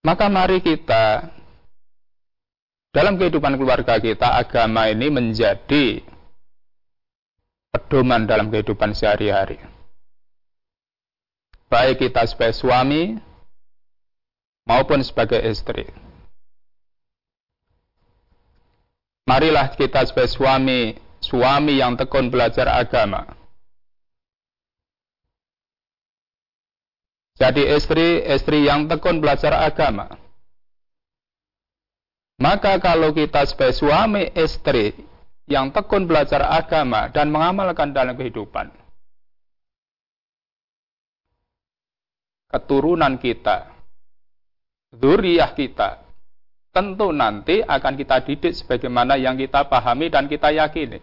Maka mari kita dalam kehidupan keluarga kita, agama ini menjadi pedoman dalam kehidupan sehari-hari. Baik kita sebagai suami maupun sebagai istri. Marilah kita sebagai suami yang tekun belajar agama. Jadi istri yang tekun belajar agama. Maka kalau kita sebagai suami istri yang tekun belajar agama dan mengamalkan dalam kehidupan, keturunan kita, dzurriyyah kita, tentu nanti akan kita didik sebagaimana yang kita pahami dan kita yakini.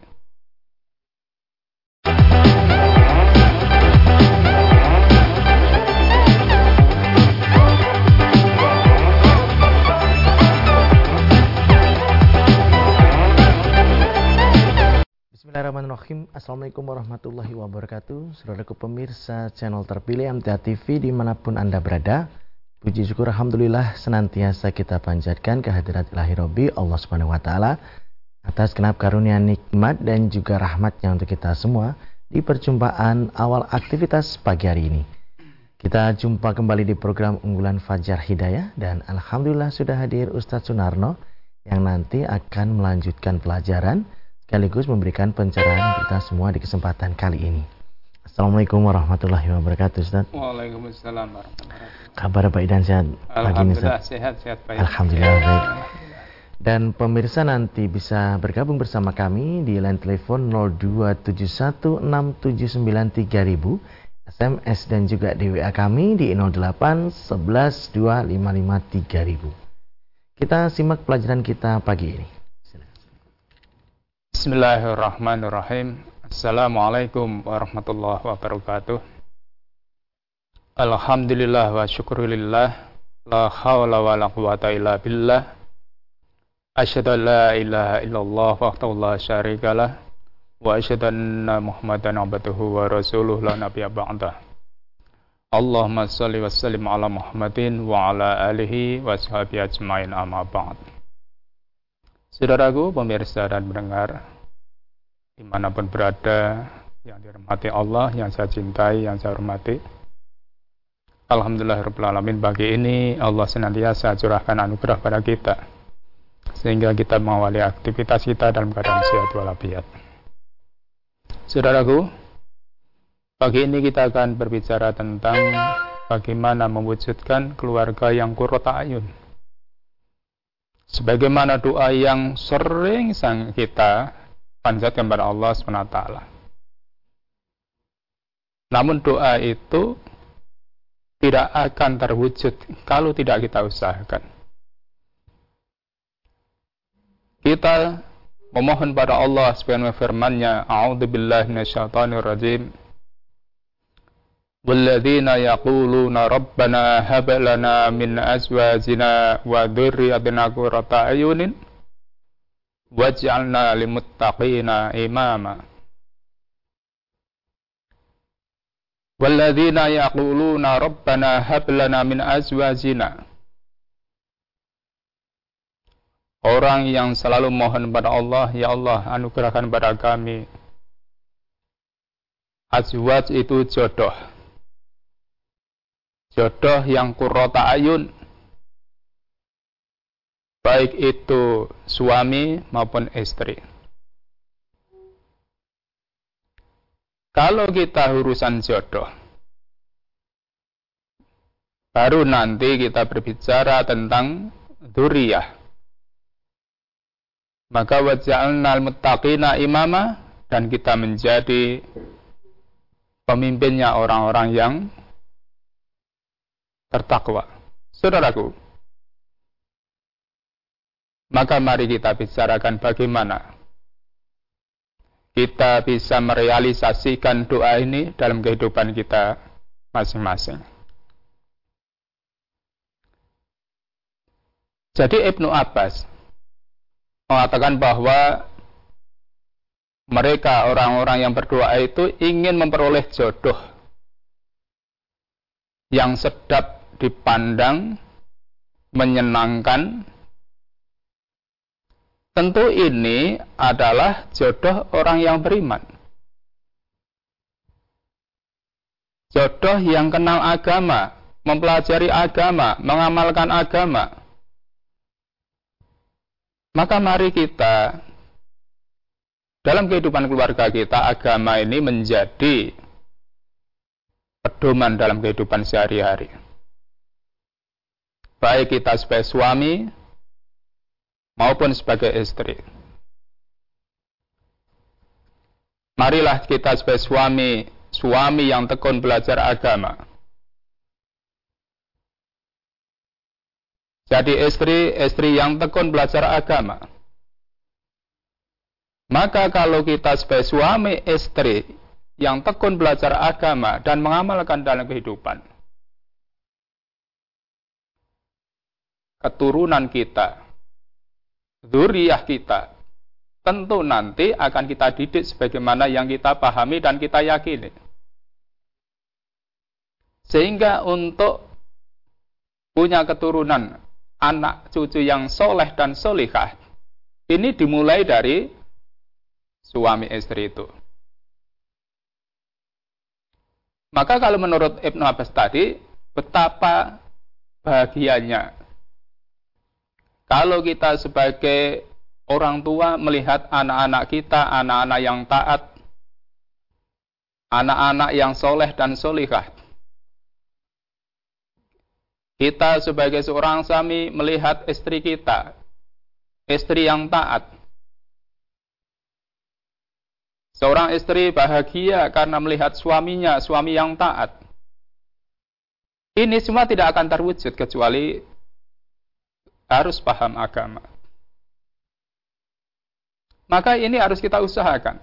Bismillahirrahmanirrahim. Assalamualaikum warahmatullahi wabarakatuh. Saudaraku pemirsa channel terpilih MTA TV dimanapun Anda berada, puji syukur alhamdulillah senantiasa kita panjatkan kehadirat Ilahi Robbi Allah Subhanahu wa taala atas genap karunia nikmat dan juga rahmatnya untuk kita semua di perjumpaan awal aktivitas pagi hari ini. Kita jumpa kembali di program unggulan Fajar Hidayah dan alhamdulillah sudah hadir Ustadz Sunarno yang nanti akan melanjutkan pelajaran sekaligus memberikan pencerahan kita semua di kesempatan kali ini. Assalamualaikum warahmatullahi wabarakatuh, Ustaz. Waalaikumsalam warahmatullahi wabarakatuh. Kabar Pak Idan sehat pagi ini, Ustaz? Sehat Pak. Alhamdulillah baik. Dan pemirsa nanti bisa bergabung bersama kami di line telepon 02716793000, SMS dan juga di WA kami di 08112553000. Kita simak pelajaran kita pagi ini. Bismillahirrahmanirrahim. Assalamualaikum warahmatullahi wabarakatuh. Alhamdulillah wa syukurillah. La hawla wa la quwata illa billah. Asyhadu an la ilaha illallah wahdahu la syarikalah. Wa asyhadu anna Muhammadan abduhu wa rasuluh la nabiyya ba'dah. Allahumma shalli wa sallim ala Muhammadin wa ala alihi wa sahbihi ajmain amma ba'd. Saudaraku, pemirsa dan pendengar, dimanapun berada, yang dirahmati Allah, yang saya cintai, yang saya hormati, alhamdulillahirabbil alamin, pagi ini Allah senantiasa curahkan anugerah pada kita, sehingga kita mengawali aktivitas kita dalam keadaan sehat walafiat. Saudaraku, pagi ini kita akan berbicara tentang bagaimana mewujudkan keluarga yang qurrata a'yun. Sebagaimana doa yang sering kita panjatkan kepada Allah SWT. Namun doa itu tidak akan terwujud kalau tidak kita usahakan. Kita memohon pada Allah subhanahu firman-Nya, A'udzubillahi minasyaitonirrajim. Walladzina yaquluna rabbana hab lana min azwajina wa dzurriyyatina qurrata a'yunin waj'alna limuttaqina imama. Walladzina yaquluna rabbana hab lana min azwajina. Orang yang selalu mohon pada Allah, ya Allah, anugerahkan pada kami. Azwaj itu jodoh. Jodoh yang qurrata a'yun, baik itu suami maupun istri. Kalau kita urusan jodoh, baru nanti kita berbicara tentang dzurriyyah. Maka waja'alnal muttaqina imama, dan kita menjadi pemimpinnya orang-orang yang tertakwa. Saudaraku, maka mari kita bicarakan bagaimana kita bisa merealisasikan doa ini dalam kehidupan kita masing-masing. Jadi Ibnu Abbas mengatakan bahwa mereka orang-orang yang berdoa itu ingin memperoleh jodoh yang sedap dipandang menyenangkan, tentu ini adalah jodoh orang yang beriman. Jodoh yang kenal agama, mempelajari agama, mengamalkan agama. Maka mari kita, dalam kehidupan keluarga kita, agama ini menjadi pedoman dalam kehidupan sehari-hari. Baik kita sebagai suami maupun sebagai istri. Marilah kita sebagai suami yang tekun belajar agama. Jadi istri yang tekun belajar agama. Maka kalau kita sebagai suami istri yang tekun belajar agama dan mengamalkan dalam kehidupan, keturunan kita, dzurriyyah kita, tentu nanti akan kita didik sebagaimana yang kita pahami dan kita yakini. Sehingga untuk punya keturunan, anak cucu yang soleh dan solihah, ini dimulai dari suami istri itu. Maka kalau menurut Ibnu Abbas tadi, betapa bahagianya kalau kita sebagai orang tua melihat anak-anak kita, anak-anak yang taat, anak-anak yang soleh dan solihah. Kita sebagai seorang suami melihat istri kita, istri yang taat. Seorang istri bahagia karena melihat suaminya, suami yang taat. Ini semua tidak akan terwujud kecuali harus paham agama. Maka ini harus kita usahakan.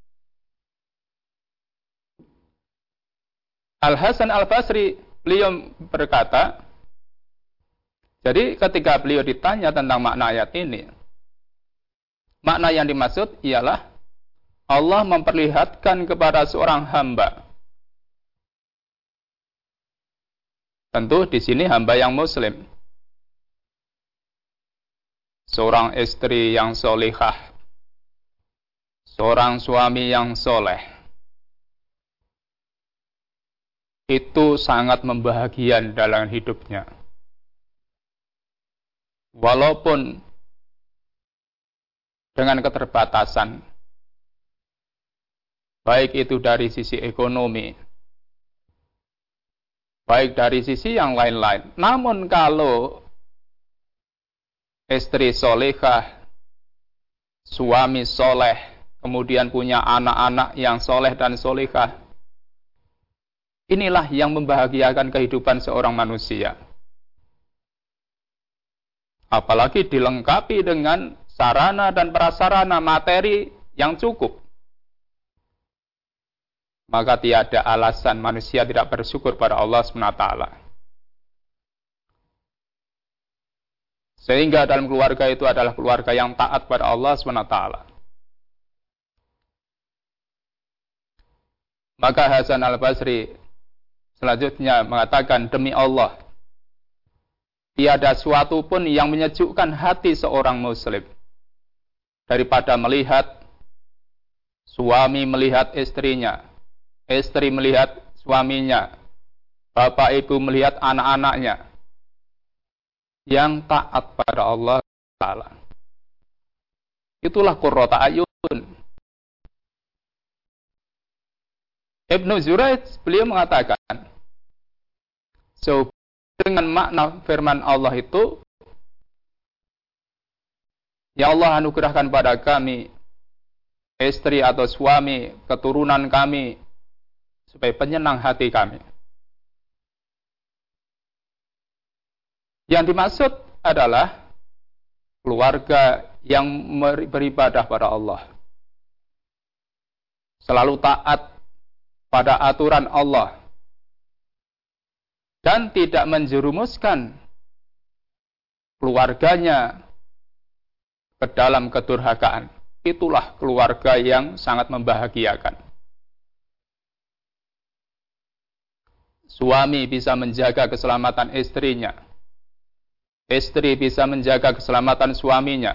Al-Hasan Al-Basri, beliau berkata, jadi ketika beliau ditanya tentang makna ayat ini, makna yang dimaksud ialah Allah memperlihatkan kepada seorang hamba. Tentu di sini hamba yang muslim. Seorang istri yang solihah. Seorang suami yang soleh. Itu sangat membahagiakan dalam hidupnya. Walaupun dengan keterbatasan, baik itu dari sisi ekonomi, baik dari sisi yang lain-lain. Namun kalau istri solehah, suami soleh, kemudian punya anak-anak yang soleh dan solehah, inilah yang membahagiakan kehidupan seorang manusia. Apalagi dilengkapi dengan sarana dan prasarana materi yang cukup. Maka tiada alasan manusia tidak bersyukur pada Allah SWT. Sehingga dalam keluarga itu adalah keluarga yang taat pada Allah SWT. Maka Hasan Al-Basri selanjutnya mengatakan, demi Allah, tiada suatu pun yang menyejukkan hati seorang muslim daripada melihat suami melihat istrinya, istri melihat suaminya, bapak ibu melihat anak-anaknya yang taat pada Allah Ta'ala. Itulah qurrata ayun. Ibnu Jurayj beliau mengatakan, dengan makna firman Allah itu, ya Allah anugerahkan pada kami istri atau suami, keturunan kami, supaya penyenang hati kami. Yang dimaksud adalah keluarga yang beribadah pada Allah, selalu taat pada aturan Allah, dan tidak menjerumuskan keluarganya ke dalam kedurhakaan. Itulah keluarga yang sangat membahagiakan. Suami bisa menjaga keselamatan istrinya, Istri bisa menjaga keselamatan suaminya.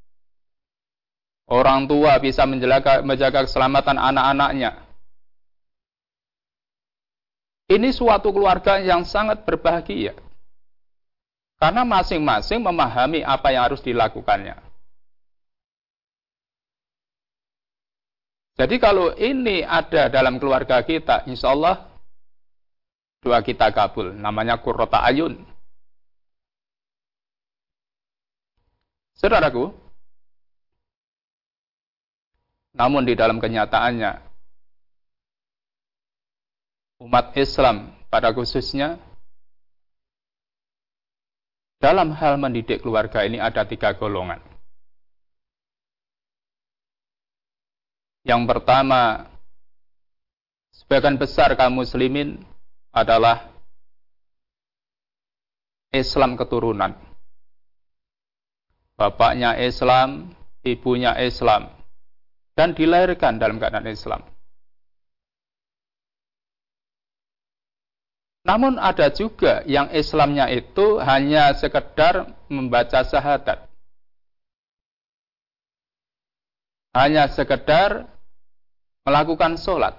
Orang tua bisa menjaga keselamatan anak-anaknya. Ini suatu keluarga yang sangat berbahagia. Karena masing-masing memahami apa yang harus dilakukannya. Jadi kalau ini ada dalam keluarga kita, insya Allah doa kita kabul. Namanya qurrata ayun. Saudaraku, namun di dalam kenyataannya, umat Islam pada khususnya, dalam hal mendidik keluarga ini ada 3 golongan. Yang pertama, sebagian besar kaum muslimin adalah Islam keturunan. Bapaknya Islam, ibunya Islam, dan dilahirkan dalam keadaan Islam. Namun ada juga yang Islamnya itu hanya sekedar membaca syahadat. Hanya sekedar melakukan sholat.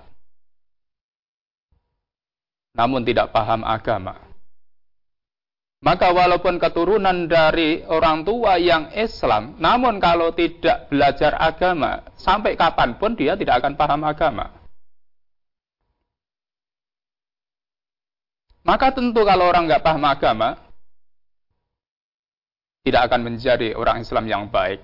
Namun tidak paham agama. Maka walaupun keturunan dari orang tua yang Islam, namun kalau tidak belajar agama, sampai kapanpun dia tidak akan paham agama. Maka tentu kalau orang nggak paham agama, tidak akan menjadi orang Islam yang baik.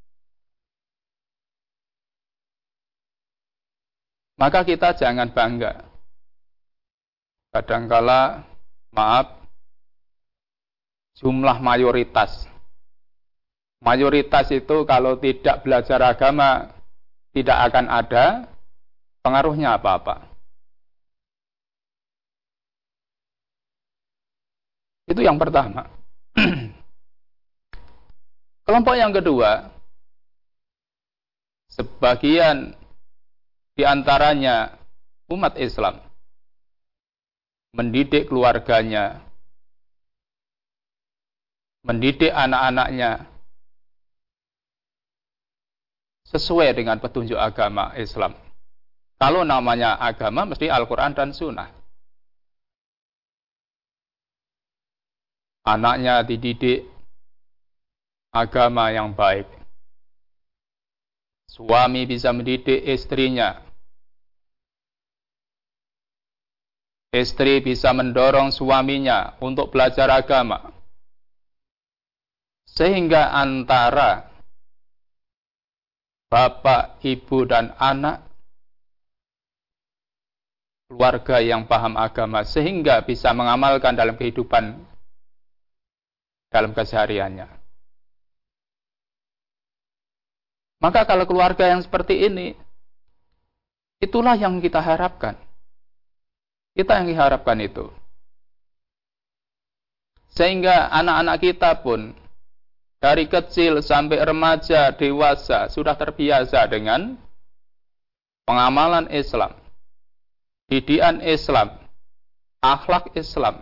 Maka kita jangan bangga. Kadangkala, maaf, jumlah mayoritas. Mayoritas itu kalau tidak belajar agama, tidak akan ada pengaruhnya apa-apa. Itu yang pertama. Kelompok yang kedua, sebagian di antaranya umat Islam mendidik keluarganya, mendidik anak-anaknya sesuai dengan petunjuk agama Islam. Kalau namanya agama, mesti Al-Quran dan Sunnah. Anaknya dididik agama yang baik. Suami bisa mendidik istrinya. Istri bisa mendorong suaminya untuk belajar agama. Sehingga antara bapak, ibu, dan anak, keluarga yang paham agama, sehingga bisa mengamalkan dalam kehidupan, dalam kesehariannya. Maka kalau keluarga yang seperti ini, itulah yang kita harapkan. Kita yang diharapkan itu. Sehingga anak-anak kita pun dari kecil sampai remaja, dewasa sudah terbiasa dengan pengamalan Islam, didikan Islam, akhlak Islam.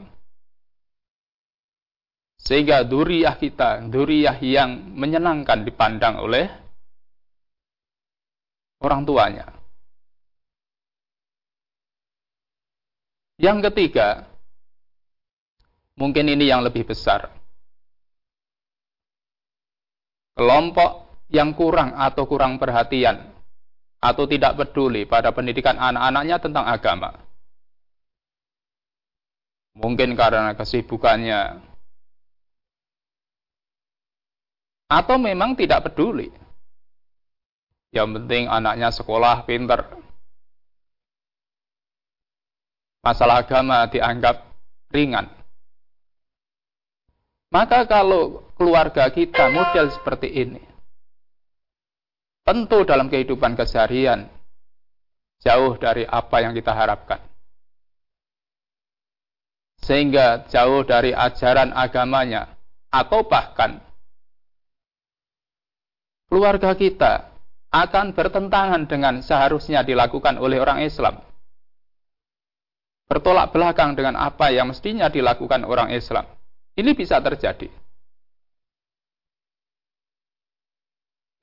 Sehingga dzurriyyah kita, dzurriyyah yang menyenangkan dipandang oleh orang tuanya. Yang ketiga, mungkin ini yang lebih besar. Kelompok yang kurang atau kurang perhatian atau tidak peduli pada pendidikan anak-anaknya tentang agama. Mungkin karena kesibukannya, atau memang tidak peduli. Yang penting anaknya sekolah pinter. Masalah agama dianggap ringan. Maka kalau keluarga kita model seperti ini, tentu dalam kehidupan keseharian jauh dari apa yang kita harapkan. Sehingga jauh dari ajaran agamanya, atau bahkan keluarga kita akan bertentangan dengan seharusnya dilakukan oleh orang Islam. Bertolak belakang dengan apa yang mestinya dilakukan orang Islam. Ini bisa terjadi.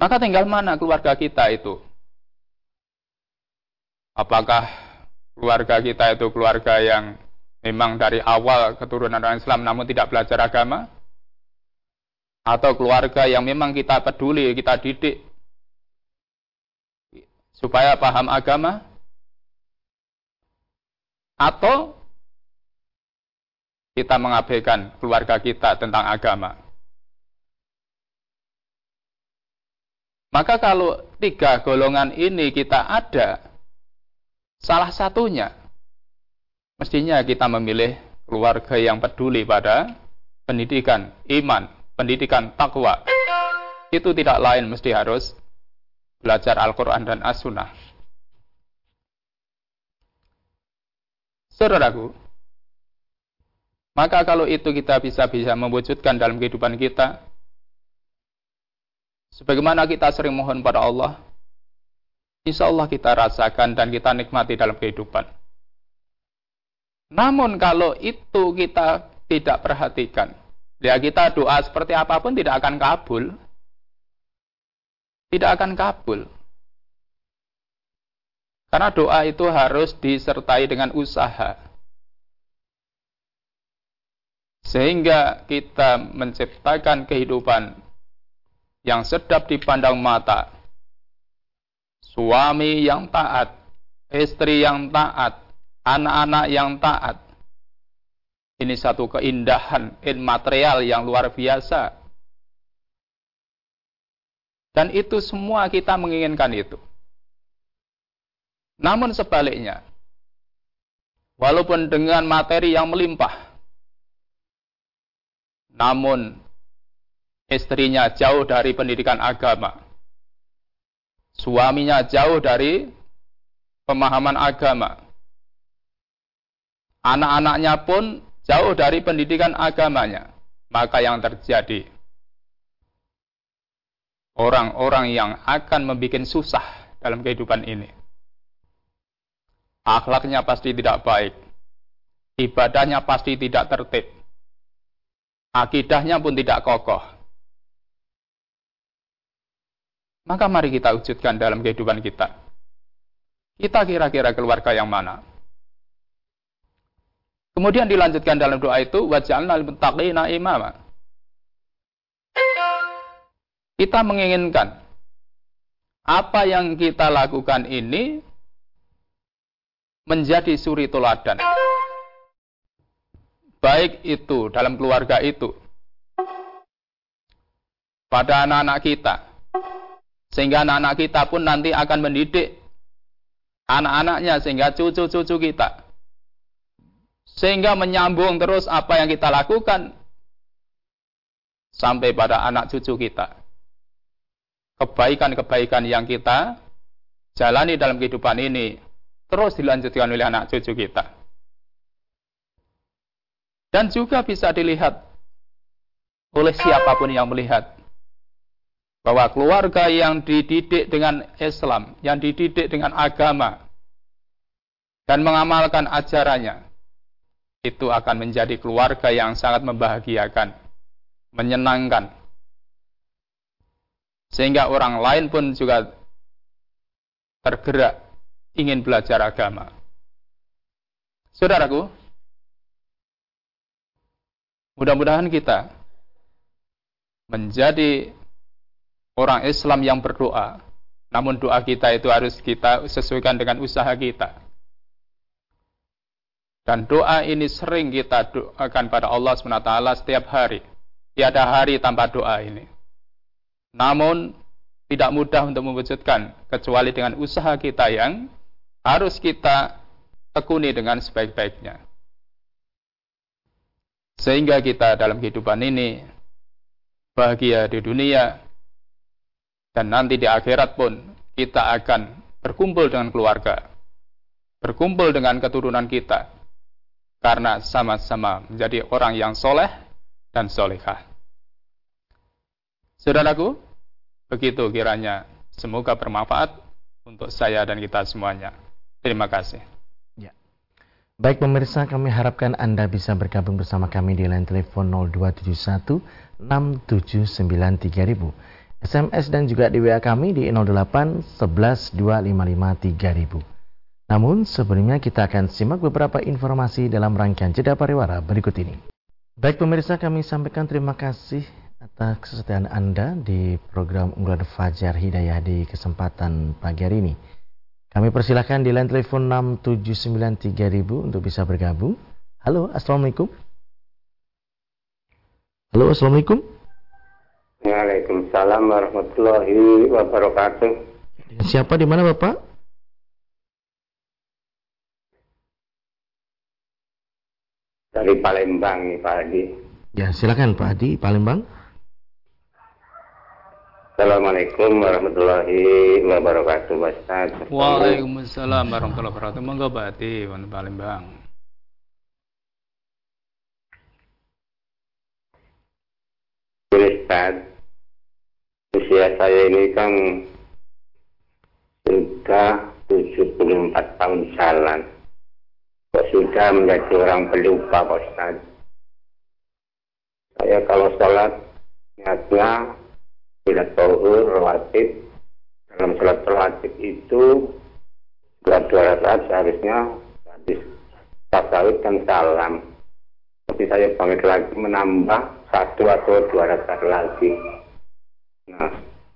Maka tinggal mana keluarga kita itu? Apakah keluarga kita itu keluarga yang memang dari awal keturunan orang Islam namun tidak belajar agama? Atau keluarga yang memang kita peduli, kita didik supaya paham agama? Atau kita mengabaikan keluarga kita tentang agama? Maka kalau tiga golongan ini kita ada, salah satunya, mestinya kita memilih keluarga yang peduli pada pendidikan iman, pendidikan takwa. Itu tidak lain mesti harus belajar Al-Quran dan As-Sunnah. Saudaraku, maka kalau itu kita bisa mewujudkan dalam kehidupan kita, sebagaimana kita sering mohon pada Allah, insya Allah kita rasakan dan kita nikmati dalam kehidupan. Namun kalau itu kita tidak perhatikan, ya kita doa seperti apapun tidak akan kabul. Tidak akan kabul. Karena doa itu harus disertai dengan usaha. Sehingga kita menciptakan kehidupan yang sedap dipandang mata. Suami yang taat, istri yang taat, anak-anak yang taat. Ini satu keindahan material yang luar biasa. Dan itu semua kita menginginkan itu. Namun sebaliknya, walaupun dengan materi yang melimpah, namun istrinya jauh dari pendidikan agama, suaminya jauh dari pemahaman agama, anak-anaknya pun jauh dari pendidikan agamanya, maka yang terjadi, orang-orang yang akan membuat susah dalam kehidupan ini. Akhlaknya pasti tidak baik, ibadahnya pasti tidak tertib, akidahnya pun tidak kokoh. Maka mari kita wujudkan dalam kehidupan kita. Kita kira-kira keluarga yang mana? Kemudian dilanjutkan dalam doa itu, waj'alna lil muttaqina imama. Kita menginginkan apa yang kita lakukan ini menjadi suri teladan. Baik itu dalam keluarga itu, pada anak-anak kita, sehingga anak-anak kita pun nanti akan mendidik anak-anaknya, sehingga cucu-cucu kita, sehingga menyambung terus apa yang kita lakukan sampai pada anak cucu kita. Kebaikan-kebaikan yang kita jalani dalam kehidupan ini terus dilanjutkan oleh anak cucu kita. Dan juga bisa dilihat oleh siapapun yang melihat bahwa keluarga yang dididik dengan Islam, yang dididik dengan agama dan mengamalkan ajarannya, itu akan menjadi keluarga yang sangat membahagiakan, menyenangkan, sehingga orang lain pun juga tergerak ingin belajar agama. Saudaraku, mudah-mudahan kita menjadi orang Islam yang berdoa. Namun doa kita itu harus kita sesuaikan dengan usaha kita. Dan doa ini sering kita doakan pada Allah SWT setiap hari. Tiada hari tanpa doa ini. Namun tidak mudah untuk mewujudkan kecuali dengan usaha kita yang harus kita tekuni dengan sebaik-baiknya. Sehingga kita dalam kehidupan ini bahagia di dunia, dan nanti di akhirat pun kita akan berkumpul dengan keluarga, berkumpul dengan keturunan kita, karena sama-sama menjadi orang yang soleh dan solehah. Saudaraku, begitu kiranya, semoga bermanfaat untuk saya dan kita semuanya. Terima kasih. Ya. Baik pemirsa, kami harapkan Anda bisa bergabung bersama kami di line telepon 0271 679 3000. SMS dan juga di WA kami di 08 11 255 3000. Namun sebelumnya kita akan simak beberapa informasi dalam rangkaian Jeda Pariwara berikut ini. Baik pemirsa, kami sampaikan terima kasih atas kesetiaan Anda di program Unggulan Fajar Hidayah di kesempatan pagi hari ini. Kami persilahkan di line telepon 6793000 untuk bisa bergabung. Halo, Assalamualaikum. Halo, Assalamualaikum. Waalaikumsalam warahmatullahi wabarakatuh. Siapa di mana Bapak? Dari Palembang nih Pak Hadi. Ya, silakan Pak Hadi, Palembang. Assalamualaikum warahmatullahi wabarakatuh, Ustaz. Waalaikumsalam warahmatullahi wabarakatuh. Monggo Pak Hadi, Palembang. Ustaz, usia saya ini kan sudah 74 tahun jalan. Kok sudah menjadi orang pelupa, Pak Ustaz. Saya kalau sholat niatnya tidak zuhur rawatib. Dalam sholat rawatib itu setelah 2 rakaat seharusnya habis tasyahud dan salam. Tapi saya bangkit lagi menambah 1 atau 2 rakaat lagi. Nah,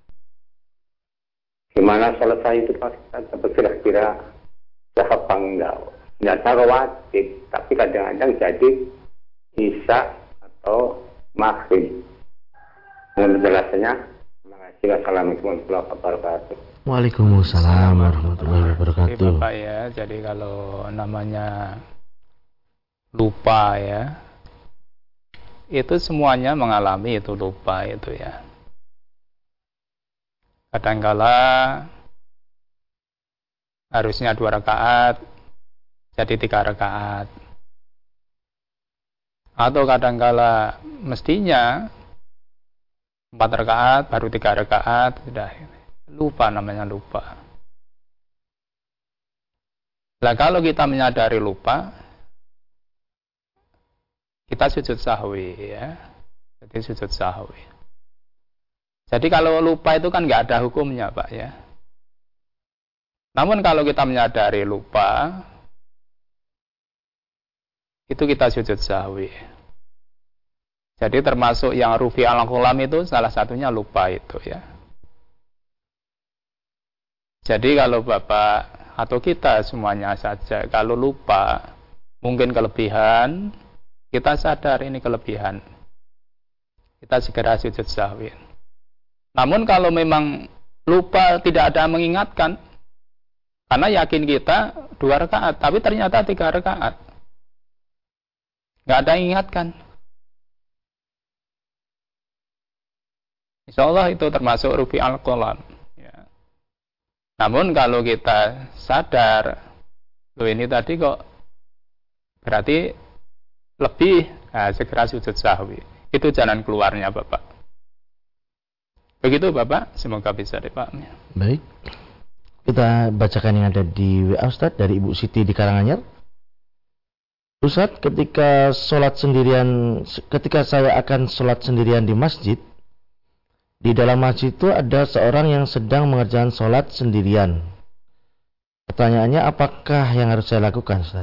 gimana sholat saya itu Pak Ustaz? Apa kira-kira sah apa enggak? Tidak rawatib, tapi kadang-kadang jadi isya atau maghrib. Dengan penjelasannya, terima kasih. Wassalamualaikum warahmatullahi wabarakatuh. Waalaikumsalam warahmatullahi wabarakatuh. Oke, Bapak ya, jadi kalau namanya lupa ya, itu semuanya mengalami itu lupa itu ya. Kadangkala harusnya 2 rakaat jadi 3 rakaat, atau kadangkala mestinya 4 rakaat baru 3 rakaat, sudah lupa, namanya lupa. Nah, kalau kita menyadari lupa, kita sujud sahwi ya. Jadi sujud sahwi. Jadi kalau lupa itu kan nggak ada hukumnya Pak ya. Namun kalau kita menyadari lupa, itu kita sujud sahwi. Jadi termasuk yang rufi al-qalam itu salah satunya lupa itu ya. Jadi kalau Bapak atau kita semuanya saja kalau lupa, mungkin kelebihan, kita sadar ini kelebihan, kita segera sujud sahwi. Namun kalau memang lupa, tidak ada mengingatkan, karena yakin kita 2 rakaat, tapi ternyata 3 rakaat, nggak ada yang ingatkan, insya Allah itu termasuk rufi al-qalam ya. Namun kalau kita sadar, loh ini tadi kok berarti lebih, nah, segera sujud sahwi. Itu jalan keluarnya Bapak. Begitu Bapak, semoga bisa dipahami. Baik, kita bacakan yang ada di WA Ustaz dari Ibu Siti di Karanganyar. Ustaz, ketika saya akan sholat sendirian di masjid, di dalam masjid itu ada seorang yang sedang mengerjakan sholat sendirian. Pertanyaannya, apakah yang harus saya lakukan Ustaz?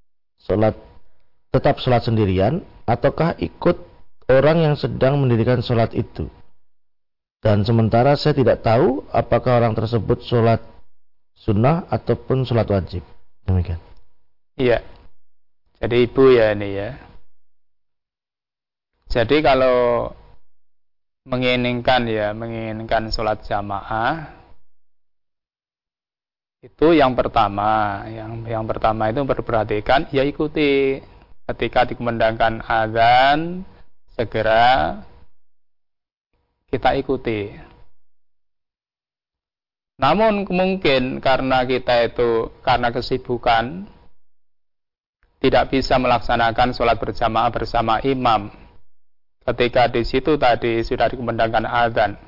Tetap sholat sendirian, ataukah ikut orang yang sedang mendirikan sholat itu? Dan sementara saya tidak tahu apakah orang tersebut sholat sunnah ataupun sholat wajib. Demikian. Iya. Jadi ibu ya ini ya. Jadi kalau menginginkan sholat jamaah, itu yang pertama itu perhatikan, ya ikuti ketika dikumandangkan azan, segera kita ikuti. Namun mungkin karena kita itu karena kesibukan tidak bisa melaksanakan sholat berjamaah bersama imam ketika di situ tadi sudah dikumandangkan azan,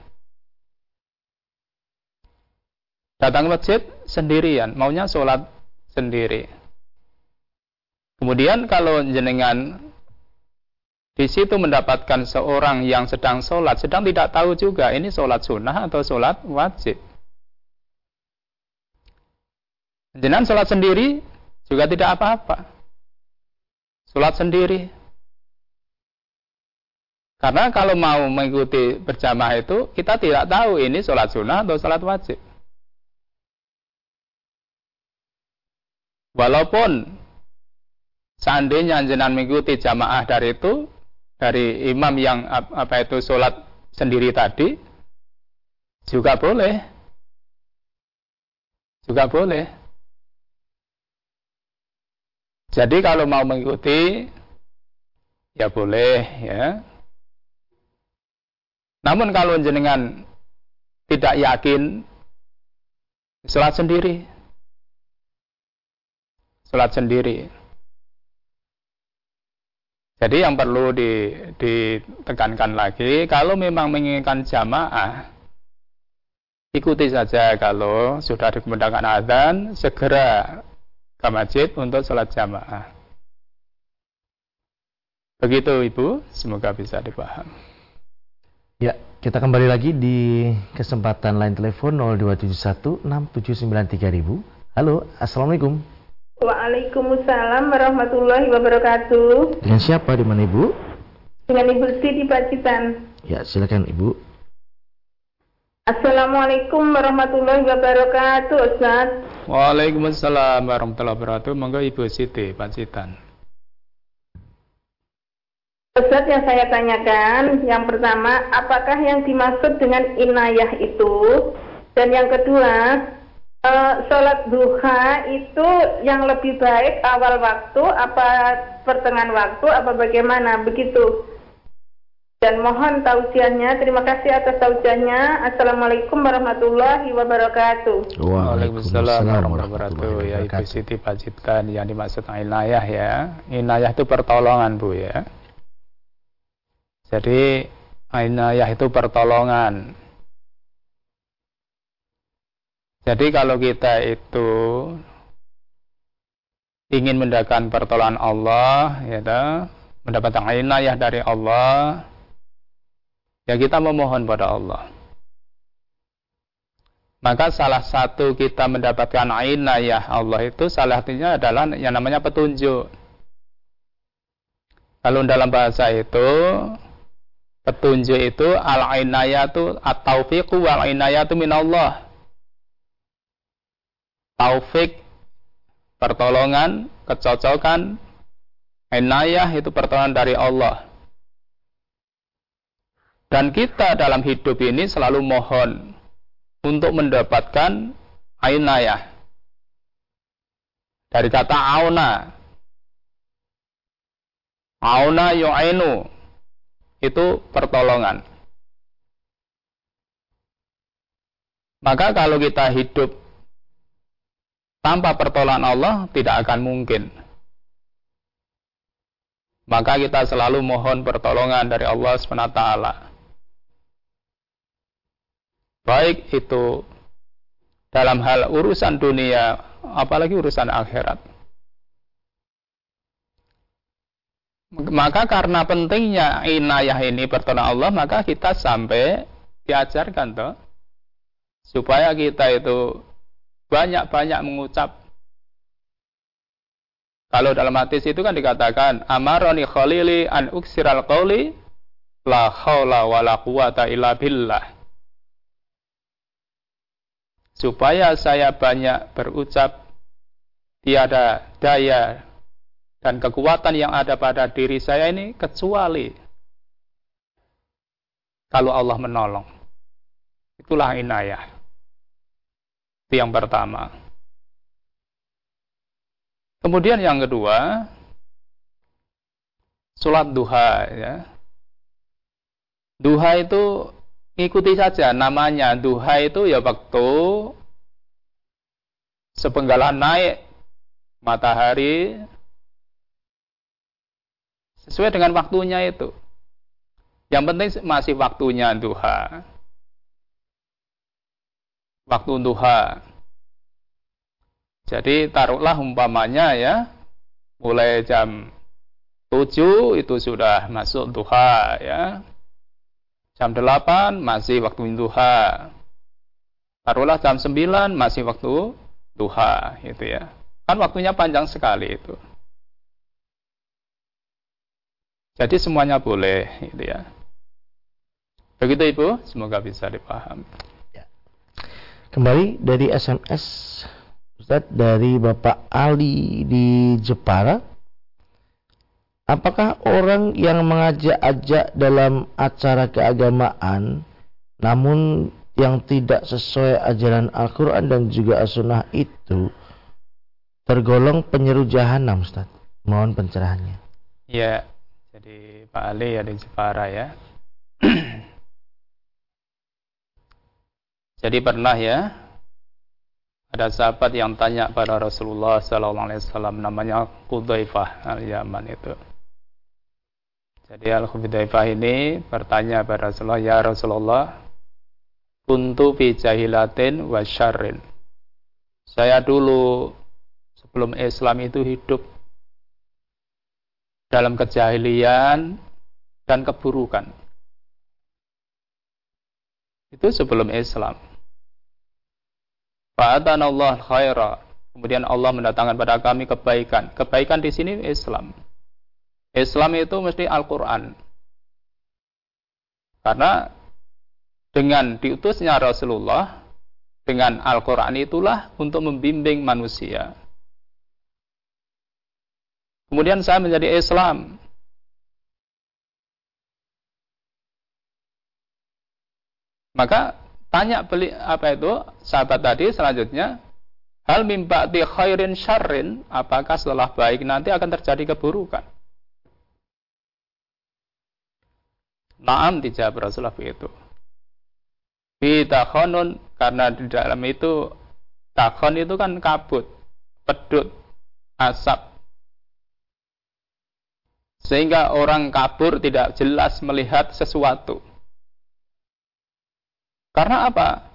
datang ke masjid sendirian, maunya sholat sendiri. Kemudian kalau jenengan di situ mendapatkan seorang yang sedang sholat, sedang tidak tahu juga ini sholat sunnah atau sholat wajib. Jenengan sholat sendiri juga tidak apa-apa. Sholat sendiri. Karena kalau mau mengikuti berjamaah itu, kita tidak tahu ini sholat sunnah atau sholat wajib. Walaupun seandainya jenengan mengikuti jamaah dari imam yang sholat sendiri tadi, juga boleh. Juga boleh. Jadi kalau mau mengikuti, ya boleh, ya. Namun kalau jenengan tidak yakin, sholat sendiri. Sholat sendiri. Jadi yang perlu ditekankan lagi, kalau memang menginginkan jamaah, ikuti saja. Kalau sudah dikumandangkan azan, segera ke masjid untuk sholat jamaah. Begitu Ibu, semoga bisa dipaham. Ya, kita kembali lagi di kesempatan line telepon 02716793000. Halo, Assalamualaikum. Waalaikumsalam warahmatullahi wabarakatuh. Dengan siapa, di mana Ibu? Dengan Ibu Siti Pacitan. Ya, silakan Ibu. Assalamualaikum warahmatullahi wabarakatuh, Ustaz. Waalaikumsalam warahmatullahi wabarakatuh. Monggo Ibu Siti Pacitan. Ustaz, yang saya tanyakan, yang pertama, apakah yang dimaksud dengan inayah itu? Dan yang kedua, sholat duha itu yang lebih baik awal waktu, apa pertengahan waktu, apa bagaimana? Begitu. Dan mohon tausiahnya. Terima kasih atas tausiahnya. Assalamualaikum warahmatullahi wabarakatuh. Waalaikumsalam warahmatullahi wabarakatuh. Ya Ibu Siti Pacitan, yang dimaksud inayah ya. Inayah itu pertolongan Bu ya. Jadi inayah itu pertolongan. Jadi kalau kita itu ingin mendapatkan pertolongan Allah, ya, mendapatkan inayah dari Allah, ya kita memohon pada Allah. Maka salah satu kita mendapatkan inayah Allah itu salah satunya adalah yang namanya petunjuk. Kalau dalam bahasa itu, petunjuk itu al-inayatu at-taufiqu wal-inayatu minallah. Taufik, pertolongan, kecocokan, inayah itu pertolongan dari Allah. Dan kita dalam hidup ini selalu mohon untuk mendapatkan inayah. Dari kata auna. Auna yu'ainu. Itu pertolongan. Maka kalau kita hidup tanpa pertolongan Allah, tidak akan mungkin. Maka kita selalu mohon pertolongan dari Allah SWT. Baik itu dalam hal urusan dunia, apalagi urusan akhirat. Maka karena pentingnya inayah ini pertolongan Allah, maka kita sampai diajarkan toh, supaya kita itu banyak-banyak mengucap. Kalau dalam hadis itu kan dikatakan, amaroni khalili an uksiral qawli la haula wala quwata illa billah. Supaya saya banyak berucap, tiada daya dan kekuatan yang ada pada diri saya ini kecuali kalau Allah menolong. Itulah inayah. Itu yang pertama. Kemudian yang kedua, sholat duha ya. Duha itu ikuti saja namanya. Duha itu ya waktu sepenggalan naik matahari sesuai dengan waktunya itu. Yang penting masih waktunya duha. Waktu duha. Jadi taruhlah umpamanya ya, mulai jam 7 itu sudah masuk duha ya. Jam 8 masih waktu duha. Taruhlah jam 9 masih waktu duha gitu ya. Kan waktunya panjang sekali itu. Jadi semuanya boleh gitu ya. Begitu Ibu, semoga bisa dipahami. Ya. Kembali dari SMS Ustaz dari Bapak Ali di Jepara. Apakah orang yang mengajak-ajak dalam acara keagamaan namun yang tidak sesuai ajaran Al-Quran dan juga As-Sunnah itu tergolong penyeru jahanam, Ustaz? Mohon pencerahannya. Ya, jadi Pak Ali ada di Jepara ya. Jadi pernah ya ada sahabat yang tanya pada Rasulullah SAW, namanya Hudzaifah al-Yaman itu. Jadi Al-Hudzaifah ini bertanya pada Rasulullah, ya Rasulullah, kuntu fi jahilatin wa syarrin. Saya dulu sebelum Islam itu hidup dalam kejahilian dan keburukan. Itu sebelum Islam. Fa'atana Allah khaira. Kemudian Allah mendatangkan pada kami kebaikan. Kebaikan di sini Islam. Islam itu mesti Al-Quran. Karena dengan diutusnya Rasulullah, dengan Al-Quran itulah untuk membimbing manusia. Kemudian saya menjadi Islam. Maka tanya sahabat tadi selanjutnya, hal min ba'di khairin syarrin, apakah setelah baik nanti akan terjadi keburukan? Naam, dijawab Rasulullah begitu. Fi takhonun, karena di dalam itu takhon itu kan kabut, pedut, asap. Sehingga orang kabur tidak jelas melihat sesuatu. Karena apa?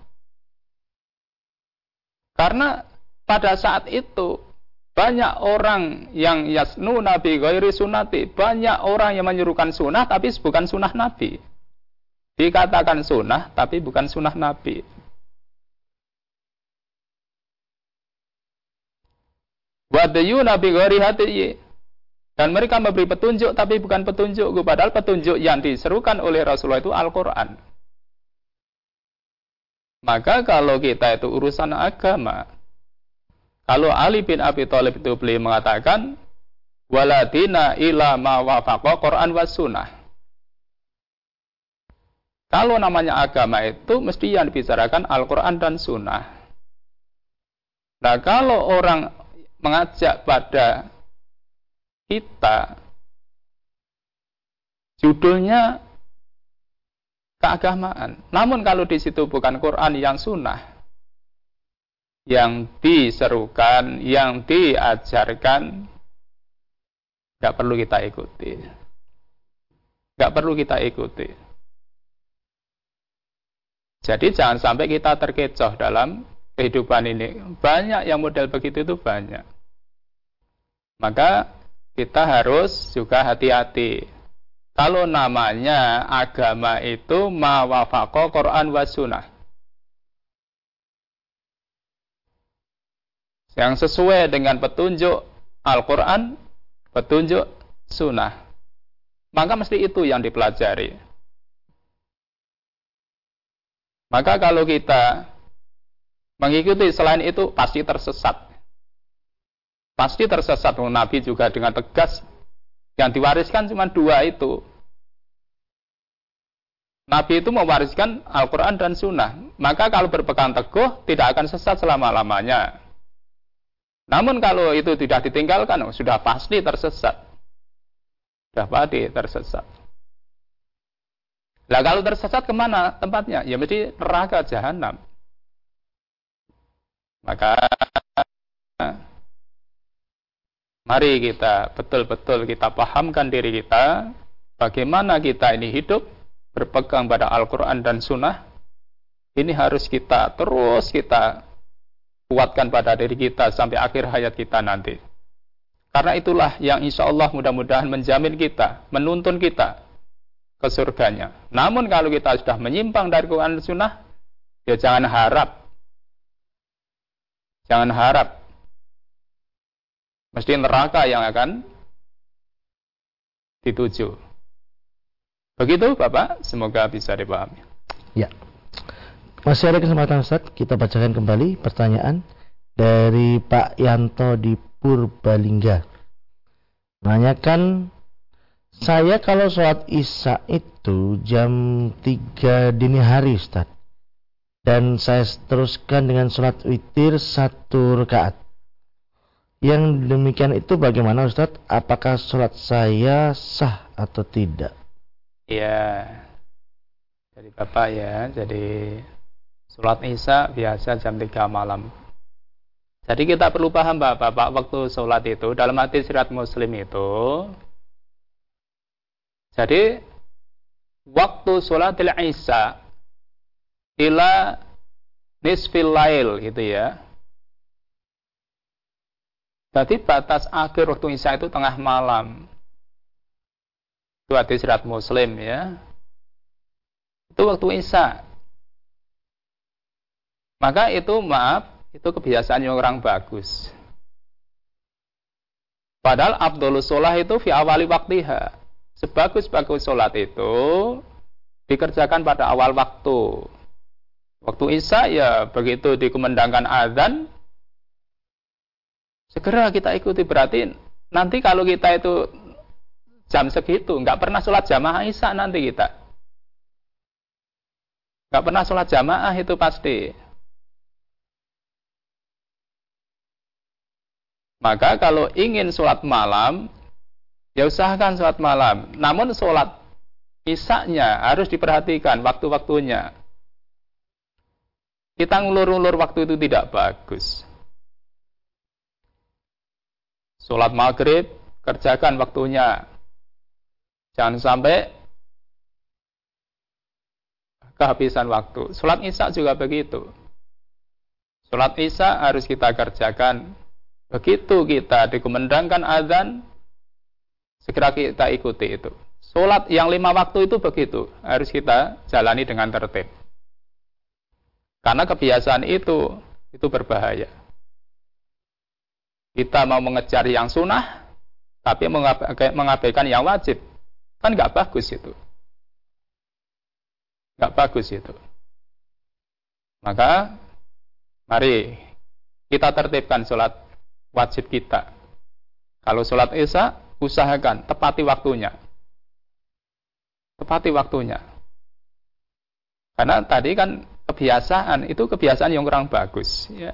Karena pada saat itu banyak orang yang yasnu nabi ghairi sunnati, banyak orang yang menyerukan sunnah tapi bukan sunnah Nabi. Dikatakan sunnah tapi bukan sunnah Nabi. Wadayu nabi ghairi hatiyi, dan mereka memberi petunjuk tapi bukan petunjuk, padahal petunjuk yang diserukan oleh Rasulullah itu Al-Quran. Maka kalau kita itu urusan agama, kalau Ali bin Abi Thalib itu beliau mengatakan waladina ila ma wafaqa Quran was sunnah. Kalau namanya agama itu mesti yang dibicarakan Al-Quran dan sunnah. Nah, kalau orang mengajak pada kita judulnya keagamaan, namun kalau di situ bukan Quran yang sunnah yang diserukan, yang diajarkan, nggak perlu kita ikuti. Nggak perlu kita ikuti. Jadi jangan sampai kita terkecoh dalam kehidupan ini. Banyak yang model begitu itu banyak. Maka kita harus juga hati-hati. Kalau namanya agama itu ma wafaqa Quran wa sunnah, yang sesuai dengan petunjuk Al-Quran, petunjuk sunnah, maka mesti itu yang dipelajari. Maka kalau kita mengikuti selain itu pasti tersesat. Pasti tersesat. Nabi juga dengan tegas, yang diwariskan cuma 2 itu. Nabi itu mewariskan Al-Quran dan Sunnah. Maka kalau berpegang teguh, tidak akan sesat selama-lamanya. Namun kalau itu tidak ditinggalkan, sudah pasti tersesat. Sudah pasti tersesat. Lah kalau tersesat kemana tempatnya? Ya mesti neraka jahanam. Maka mari kita betul-betul kita pahamkan diri kita, bagaimana kita ini hidup berpegang pada Al-Quran dan Sunnah. Ini harus kita terus kita kuatkan pada diri kita sampai akhir hayat kita nanti. Karena itulah yang insya Allah mudah-mudahan menjamin kita, menuntun kita ke surganya. Namun kalau kita sudah menyimpang dari Quran dan Sunnah, ya jangan harap. Jangan harap. Mesti neraka yang akan dituju. Begitu Bapak, semoga bisa dipahami. Ya. Masih ada kesempatan Ustaz, kita bacakan kembali pertanyaan dari Pak Yanto di Purbalingga. Menanyakan, saya kalau sholat Isya itu jam 3 dini hari Ustaz, dan saya teruskan dengan sholat witir 1 rakaat. Yang demikian itu bagaimana Ustaz? Apakah sholat saya sah atau tidak? Ya, jadi Bapak ya, jadi sholat Isya biasa jam 3 malam. Jadi kita perlu paham Bapak, waktu sholat itu dalam hadis riwayat Muslim itu, jadi waktu sholat Isya ila nisfil lail gitu ya. Jadi batas akhir waktu Isya itu tengah malam. Itu hadis riwayat Muslim ya. Itu waktu Isya. Maka itu itu kebiasaan yang orang bagus. Padahal afdhalus sholah itu fi awali waktiha. Sebagus-bagus sholat itu dikerjakan pada awal waktu. Waktu Isya ya begitu dikumandangkan azan, segera kita ikuti. Berarti nanti kalau kita itu jam segitu nggak pernah sholat jamaah Isya, nanti kita nggak pernah sholat jamaah itu pasti. Maka kalau ingin sholat malam, ya usahakan sholat malam. Namun sholat Isya-nya harus diperhatikan waktu-waktunya. Kita ngulur-ngulur waktu itu tidak bagus. Sholat maghrib, kerjakan waktunya. Jangan sampai kehabisan waktu. Sholat Isya juga begitu. Sholat Isya harus kita kerjakan. Begitu kita dikumandangkan azan, segera kita ikuti itu. Sholat yang 5 waktu itu begitu, harus kita jalani dengan tertib. Karena kebiasaan itu berbahaya. Kita mau mengejar yang sunnah, tapi mengabaikan yang wajib. Kan nggak bagus itu. Nggak bagus itu. Maka, mari kita tertibkan sholat wajib kita. Kalau sholat Isya, usahakan tepati waktunya. Tepati waktunya. Karena tadi kan kebiasaan yang kurang bagus. Ya.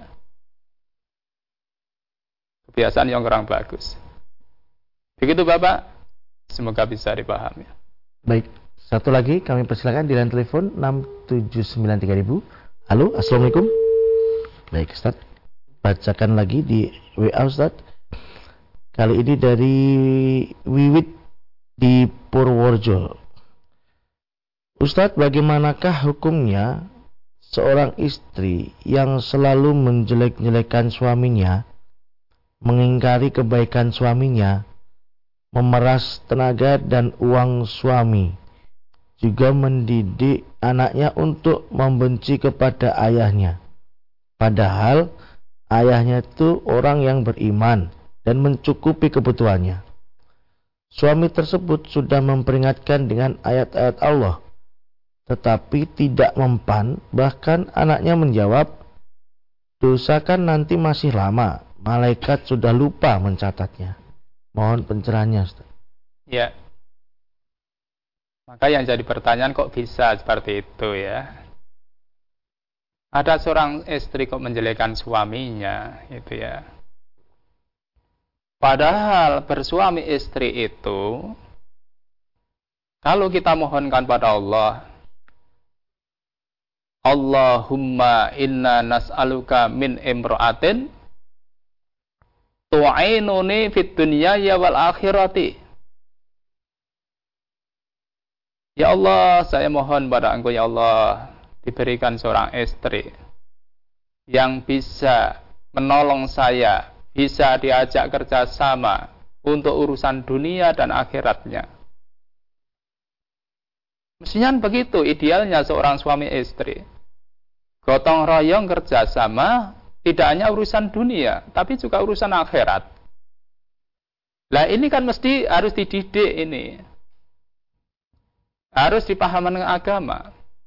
Kebiasaan yang kurang bagus. Begitu Bapak, semoga bisa dipahami. Baik, satu lagi kami persilakan di line telepon 6793000. Halo, Assalamualaikum. Baik Ustaz, bacakan lagi di WA Ustaz. Kali ini dari Wiwit di Purworejo. Ustaz, bagaimanakah hukumnya seorang istri yang selalu menjelek-jelekan suaminya, mengingkari kebaikan suaminya, memeras tenaga dan uang suami, juga mendidik anaknya untuk membenci kepada ayahnya, padahal ayahnya itu orang yang beriman dan mencukupi kebutuhannya. Suami tersebut sudah memperingatkan dengan ayat-ayat Allah, tetapi tidak mempan. Bahkan anaknya menjawab, dosa kan nanti masih lama, malaikat sudah lupa mencatatnya. Mohon pencerahannya Ustaz. Ya. Maka yang jadi pertanyaan, kok bisa seperti itu ya? Ada seorang istri kok menjelekkan suaminya, itu ya. Padahal bersuami istri itu, kalau kita mohonkan pada Allah, Allahumma inna nas'aluka min imra'atin tu'ainuni fid dunya ya wal akhirati. Ya Allah, saya mohon pada Engkau ya Allah, diberikan seorang istri yang bisa menolong saya bisa diajak kerjasama untuk urusan dunia dan akhiratnya. Mestinya begitu idealnya seorang suami istri. Gotong royong kerjasama, tidak hanya urusan dunia, tapi juga urusan akhirat. Lah ini kan mesti harus dididik ini. Harus dipahami dengan agama.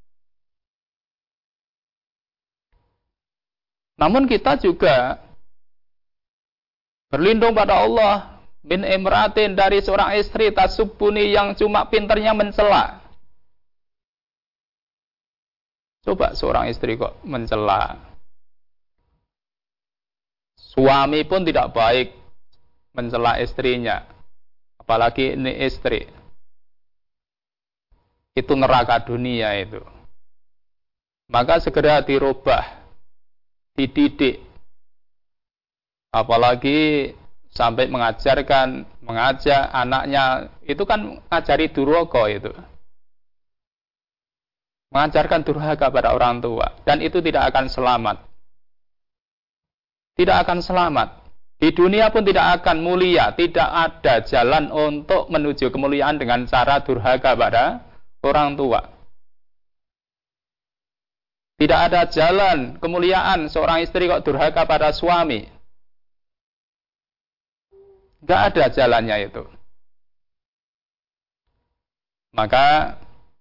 Namun kita juga berlindung pada Allah min imratin, dari seorang istri tasubuni yang cuma pinternya mencela. Coba seorang istri kok mencela. Suami pun tidak baik mencela istrinya. Apalagi ini istri. Itu neraka dunia itu. Maka segera dirubah, dididik. Apalagi sampai mengajak anaknya, itu kan ngajari durhaka itu. Mengajarkan durhaka pada orang tua, dan itu tidak akan selamat. Tidak akan selamat. Di dunia pun tidak akan mulia. Tidak ada jalan untuk menuju kemuliaan dengan cara durhaka pada orang tua. Tidak ada jalan kemuliaan seorang istri kok durhaka pada suami. Tidak ada jalannya itu. Maka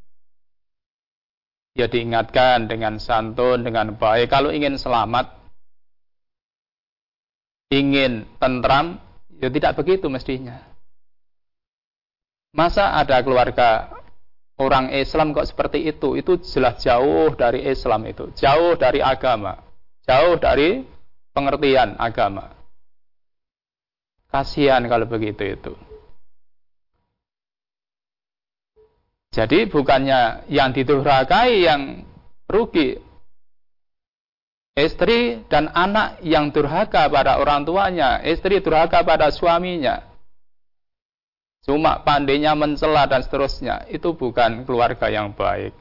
ya diingatkan dengan santun, dengan baik. Kalau ingin selamat, ingin tentram, ya tidak begitu mestinya. Masa ada keluarga orang Islam kok seperti itu? Itu jelas jauh dari Islam itu. Jauh dari agama. Jauh dari pengertian agama. Kasihan kalau begitu itu. Jadi bukannya yang didurhakai yang rugi. Istri dan anak yang durhaka pada orang tuanya. Istri durhaka pada suaminya. Cuma pandainya mencela dan seterusnya. Itu bukan keluarga yang baik.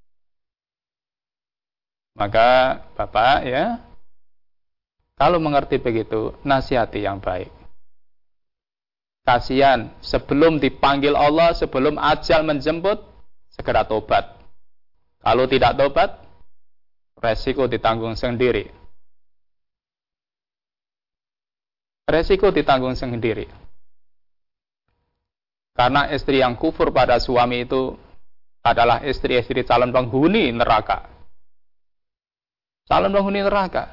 Maka Bapak ya, kalau mengerti begitu, nasihati yang baik. Kasihan, sebelum dipanggil Allah, sebelum ajal menjemput, segera tobat. Kalau tidak tobat, resiko ditanggung sendiri. Resiko ditanggung sendiri. Karena istri yang kufur pada suami itu adalah istri-istri calon penghuni neraka. Calon penghuni neraka.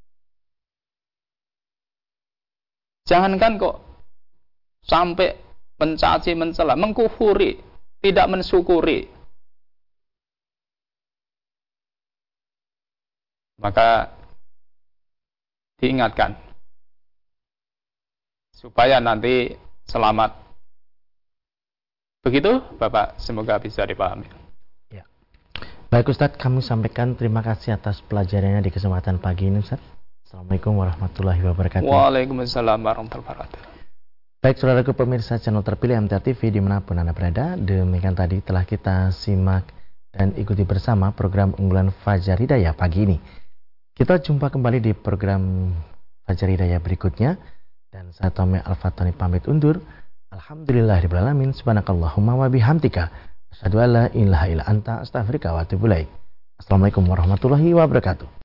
Jangankan kok sampai mencaci, mencela, mengkufuri, tidak mensyukuri. Maka diingatkan supaya nanti selamat. Begitu Bapak, semoga bisa dipahami. Ya. Baik Ustadz, kami sampaikan terima kasih atas pelajarannya di kesempatan pagi ini Ustadz. Assalamualaikum warahmatullahi wabarakatuh. Waalaikumsalam warahmatullahi wabarakatuh. Baik saudaraku pemirsa channel terpilih MTA TV dimanapun Anda berada, demikian tadi telah kita simak dan ikuti bersama program unggulan Fajar Hidayah pagi ini. Kita jumpa kembali di program Fajar Hidayah berikutnya, dan saya Tommy Al-Fatani pamit undur. Alhamdulillahirabbil alamin, subhanakallahumma wa bihamdika, asyhadu an la ilaha illa anta, astaghfiruka wa atubu ilaik. Assalamualaikum warahmatullahi wabarakatuh.